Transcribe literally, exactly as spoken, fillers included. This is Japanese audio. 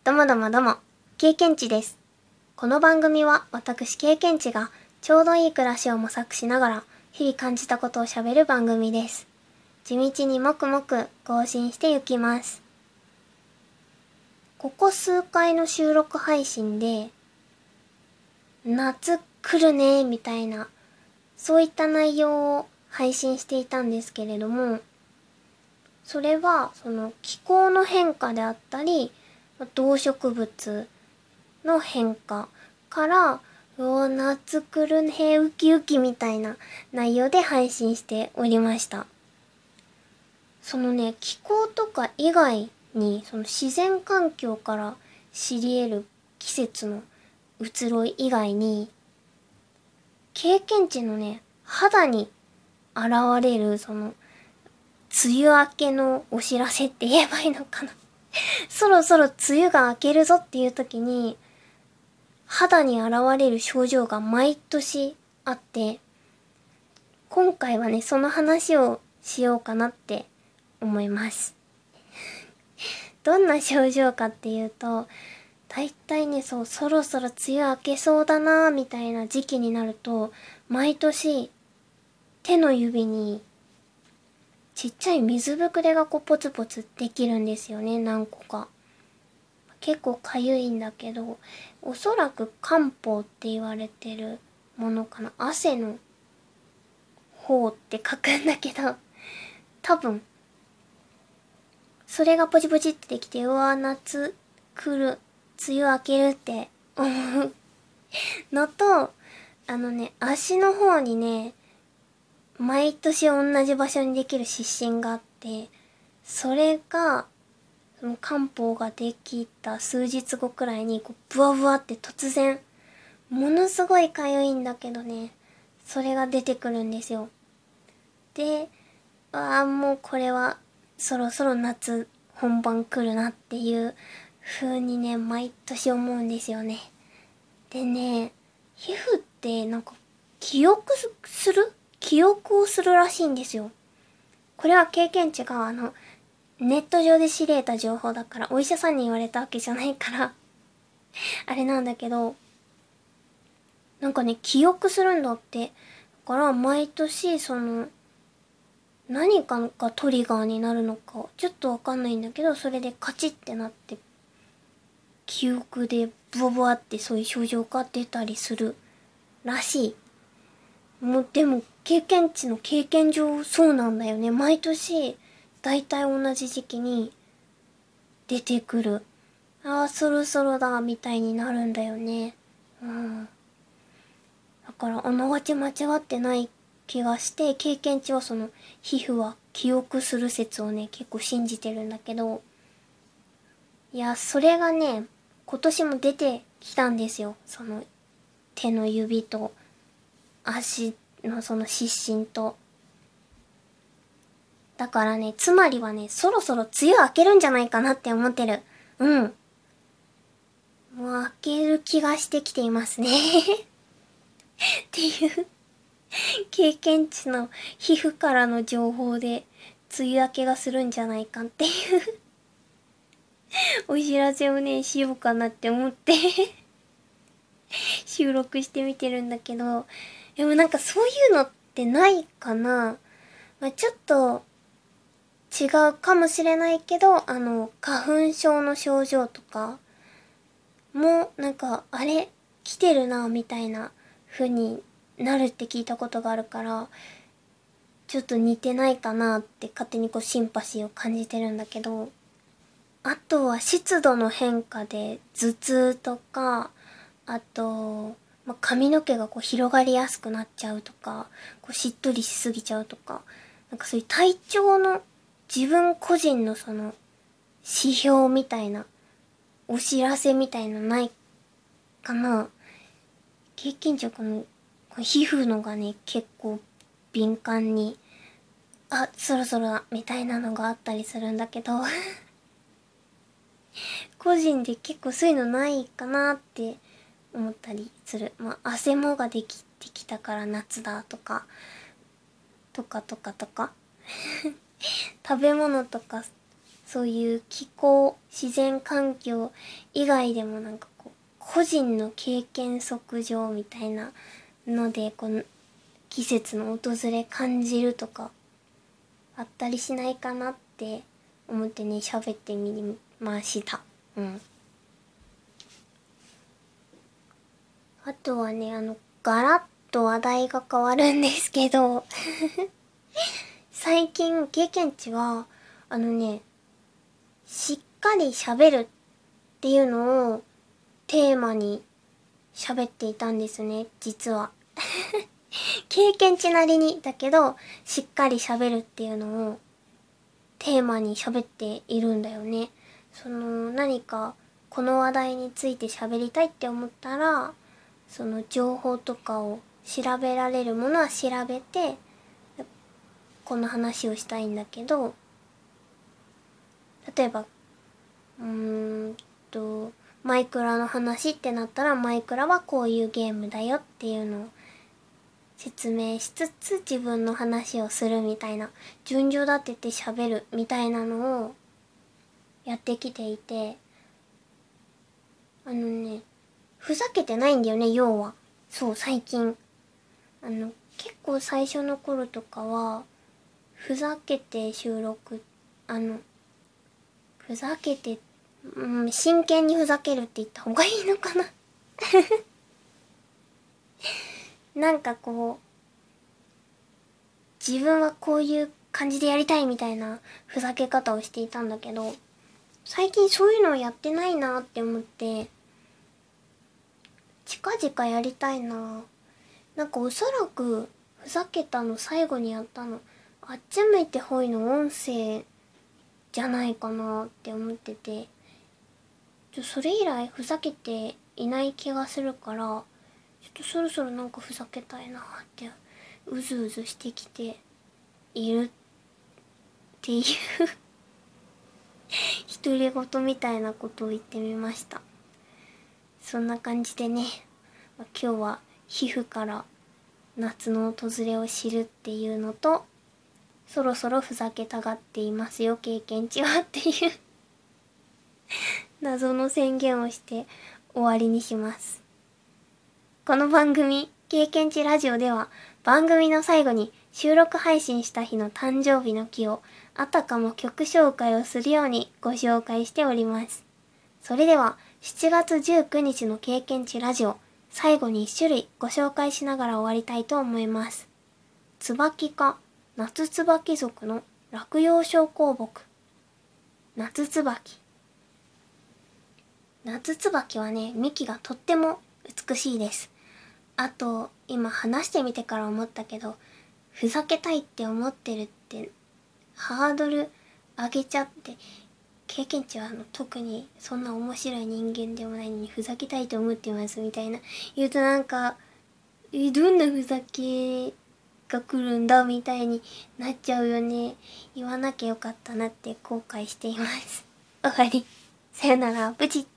どもどもども、経験値です。この番組は私経験値がちょうどいい暮らしを模索しながら日々感じたことをしゃべる番組です。地道にもくもく更新していきます。ここ数回の収録配信で夏来るねみたいなそういった内容を配信していたんですけれども、それはその気候の変化であったり動植物の変化からうお夏来るねウキウキみたいな内容で配信しておりました。そのね気候とか以外にその自然環境から知り得る季節の移ろい以外に経験値のね肌に現れるその梅雨明けのお知らせって言えばいいのかなそろそろ梅雨が明けるぞっていう時に肌に現れる症状が毎年あって、今回はねその話をしようかなって思います。どんな症状かっていうと、だいたいねそうそろそろ梅雨明けそうだなーみたいな時期になると、毎年手の指にちっちゃい水ぶくれがこうポツポツできるんですよね、何個か。結構かゆいんだけど、おそらく漢方って言われてるものかな。汗の方って書くんだけど、多分それがポチポチってできて、うわ夏来る、梅雨明けるって思うのと、あのね足の方にね毎年同じ場所にできる湿疹があって、それがその漢方ができた数日後くらいにこうブワブワって突然ものすごいかゆいんだけどね、それが出てくるんですよ。で、ああもうこれはそろそろ夏本番来るなっていう風にね毎年思うんですよね。でね、皮膚ってなんか記憶する記憶をするらしいんですよ。これは経験値があのネット上で知り得た情報だから、お医者さんに言われたわけじゃないからあれなんだけど、なんかね記憶するんだって。だから毎年その何かがトリガーになるのかちょっとわかんないんだけど、それでカチッってなって記憶でブワブワってそういう症状が出たりするらしい。もうでも経験値の経験上そうなんだよね。毎年だいたい同じ時期に出てくる。ああそろそろだみたいになるんだよね。うん。だからあながち間違ってない気がして、経験値はその皮膚は記憶する説をね結構信じてるんだけど、いやそれがね今年も出てきたんですよ。その手の指と足のその湿疹と。だからねつまりはねそろそろ梅雨明けるんじゃないかなって思ってる。うん、もう明ける気がしてきていますねっていう経験値の皮膚からの情報で梅雨明けがするんじゃないかっていうお知らせをねしようかなって思って収録してみてるんだけど、でもなんかそういうのってないかな。まあ、ちょっと違うかもしれないけど、あの花粉症の症状とかもなんかあれ来てるなみたいな風になるって聞いたことがあるから、ちょっと似てないかなって勝手にこうシンパシーを感じてるんだけど、あとは湿度の変化で頭痛とか、あと、まあ、髪の毛がこう広がりやすくなっちゃうとか、こうしっとりしすぎちゃうとか、なんかそういう体調の自分個人のその指標みたいなお知らせみたいのないかな。経験値はこのこの皮膚のがね結構敏感に、あそろそろだみたいなのがあったりするんだけど個人で結構そういうのないかなって思ったりする。まあ汗もができてきたから夏だとかとかとかとか食べ物とかそういう気候、自然環境以外でもなんかこう、個人の経験則上みたいなので、この季節の訪れ感じるとか、あったりしないかなって思ってね、喋ってみました。うん。あとはね、あの、ガラッと話題が変わるんですけど、最近経験値は、あのね、しっかり喋るっていうのをテーマに喋っていたんですね、実は。経験値なりに、だけど、しっかり喋るっていうのをテーマに喋っているんだよね。その、何かこの話題について喋りたいって思ったら、その情報とかを調べられるものは調べて、この話をしたいんだけど、例えば、うーんと、マイクラの話ってなったら、マイクラはこういうゲームだよっていうのを説明しつつ自分の話をするみたいな、順序立てて喋るみたいなのをやってきていて、あのね、ふざけてないんだよね、要は。そう、最近。あの、結構最初の頃とかは、ふざけて収録、あの、ふざけて、うん、真剣にふざけるって言った方がいいのかな。なんかこう、自分はこういう感じでやりたいみたいなふざけ方をしていたんだけど、最近そういうのをやってないなって思って、近々やりたいな。なんかおそらくふざけたの最後にやったの、あっち向いてほいの音声じゃないかなって思ってて、ちょそれ以来ふざけていない気がするから、ちょっとそろそろなんかふざけたいなってうずうずしてきているっていう独り言みたいなことを言ってみました。そんな感じでね、今日は皮膚から夏の訪れを知るっていうのと、そろそろふざけたがっていますよ経験値はっていう謎の宣言をして終わりにします。この番組経験値ラジオでは、番組の最後に収録配信した日の誕生日の木をあたかも曲紹介をするようにご紹介しております。それではしちがつじゅうくにちの経験値ラジオ、最後にいっしゅるいご紹介しながら終わりたいと思います。椿科夏椿属の落葉小香木。夏椿。夏椿はね、幹がとっても美しいです。あと、今話してみてから思ったけど、ふざけたいって思ってるって、ハードル上げちゃって、経験値はあの特にそんな面白い人間でもないのにふざけたいと思ってますみたいな言うとなんか、え、どんなふざけが来るんだみたいになっちゃうよね。言わなきゃよかったなって後悔しています。終わり。さよなら、ブチッ。